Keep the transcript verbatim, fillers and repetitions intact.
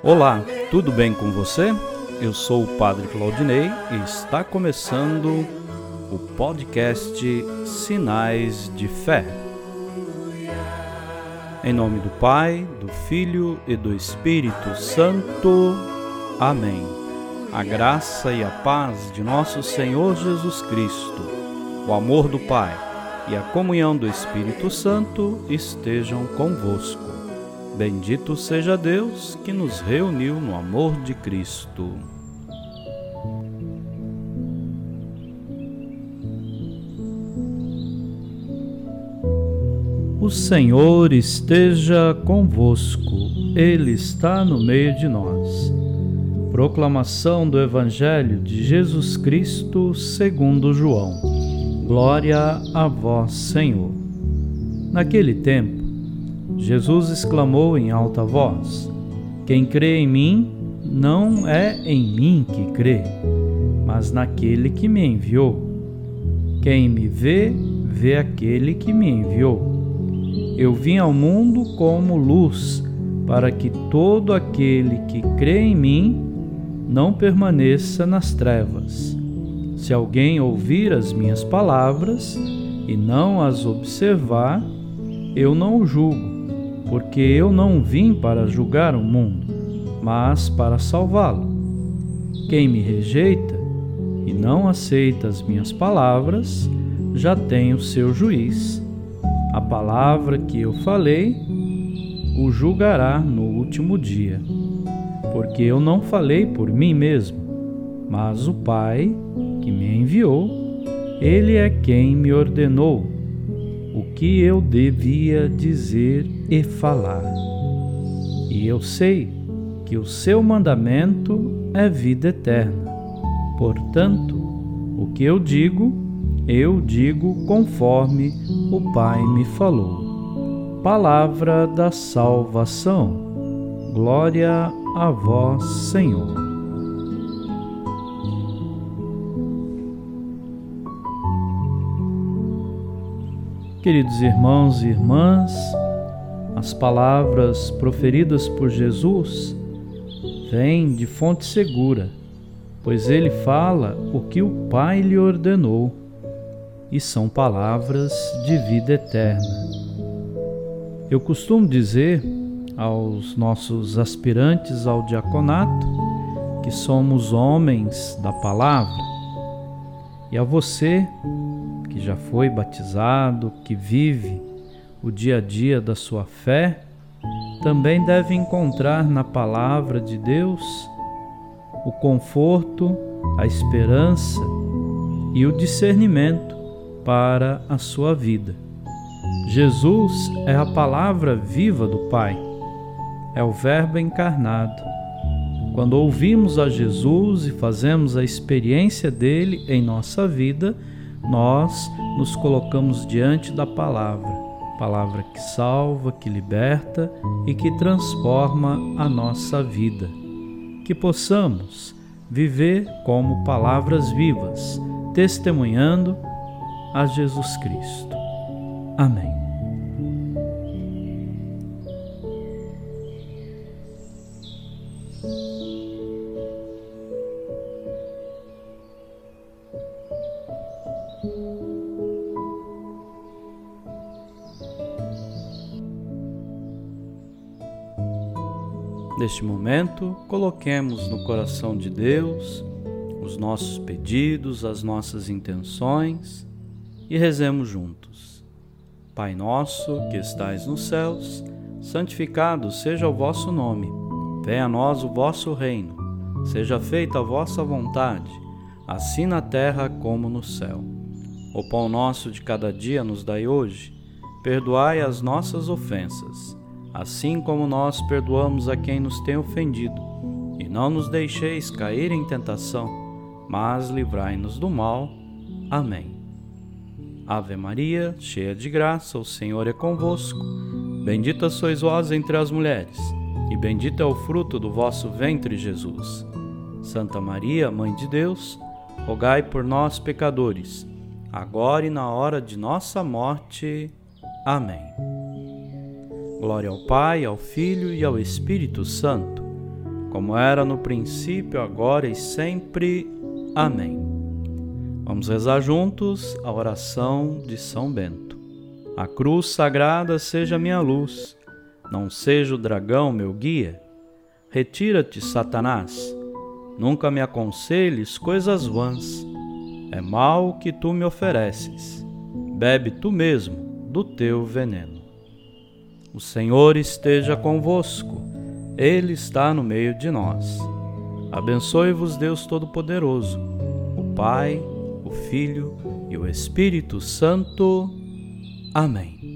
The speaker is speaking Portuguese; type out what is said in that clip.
Olá, tudo bem com você? Eu sou o Padre Claudinei e está começando o podcast Sinais de Fé. Em nome do Pai, do Filho e do Espírito Santo. Amém. A graça e a paz de nosso Senhor Jesus Cristo, o amor do Pai e a comunhão do Espírito Santo estejam convosco. Bendito seja Deus que nos reuniu no amor de Cristo. O Senhor esteja convosco, Ele está no meio de nós. Proclamação do Evangelho de Jesus Cristo segundo João. Glória a vós, Senhor. Naquele tempo, Jesus exclamou em alta voz: Quem crê em mim, não é em mim que crê, mas naquele que me enviou. Quem me vê, vê aquele que me enviou. Eu vim ao mundo como luz, para que todo aquele que crê em mim não permaneça nas trevas. Se alguém ouvir as minhas palavras e não as observar, eu não o julgo, porque eu não vim para julgar o mundo, mas para salvá-lo. Quem me rejeita e não aceita as minhas palavras, já tem o seu juiz. A palavra que eu falei o julgará no último dia, porque eu não falei por mim mesmo, mas o Pai que me enviou, Ele é quem me ordenou o que eu devia dizer e falar. E eu sei que o seu mandamento é vida eterna. Portanto, o que eu digo, eu digo conforme o Pai me falou. Palavra da salvação. Glória a vós, Senhor. Queridos irmãos e irmãs, as palavras proferidas por Jesus vêm de fonte segura, pois ele fala o que o Pai lhe ordenou, e são palavras de vida eterna. Eu costumo dizer aos nossos aspirantes ao diaconato que somos homens da palavra, e a você que já foi batizado, que vive o dia a dia da sua fé, também deve encontrar na palavra de Deus o conforto, a esperança e o discernimento para a sua vida. Jesus é a palavra viva do Pai, é o Verbo encarnado. Quando ouvimos a Jesus e fazemos a experiência dele em nossa vida, nós nos colocamos diante da palavra, palavra que salva, que liberta e que transforma a nossa vida. Que possamos viver como palavras vivas, testemunhando a Jesus Cristo. Amém. Neste momento, coloquemos no coração de Deus os nossos pedidos, as nossas intenções e rezemos juntos. Pai nosso, que estais nos céus, santificado seja o vosso nome. Venha a nós o vosso reino. Seja feita a vossa vontade, assim na terra como no céu. O pão nosso de cada dia nos dai hoje. Perdoai as nossas ofensas, assim como nós perdoamos a quem nos tem ofendido. E não nos deixeis cair em tentação, mas livrai-nos do mal. Amém. Ave Maria, cheia de graça, o Senhor é convosco. Bendita sois vós entre as mulheres, e bendito é o fruto do vosso ventre, Jesus. Santa Maria, Mãe de Deus, rogai por nós, pecadores, agora e na hora de nossa morte. Amém. Glória ao Pai, ao Filho e ao Espírito Santo, como era no princípio, agora e sempre. Amém. Vamos rezar juntos a oração de São Bento. A cruz sagrada seja minha luz, não seja o dragão meu guia. Retira-te, Satanás, nunca me aconselhes coisas vãs. É mal que tu me ofereces, bebe tu mesmo do teu veneno. O Senhor esteja convosco, Ele está no meio de nós. Abençoe-vos Deus Todo-Poderoso, o Pai, o Filho e o Espírito Santo. Amém.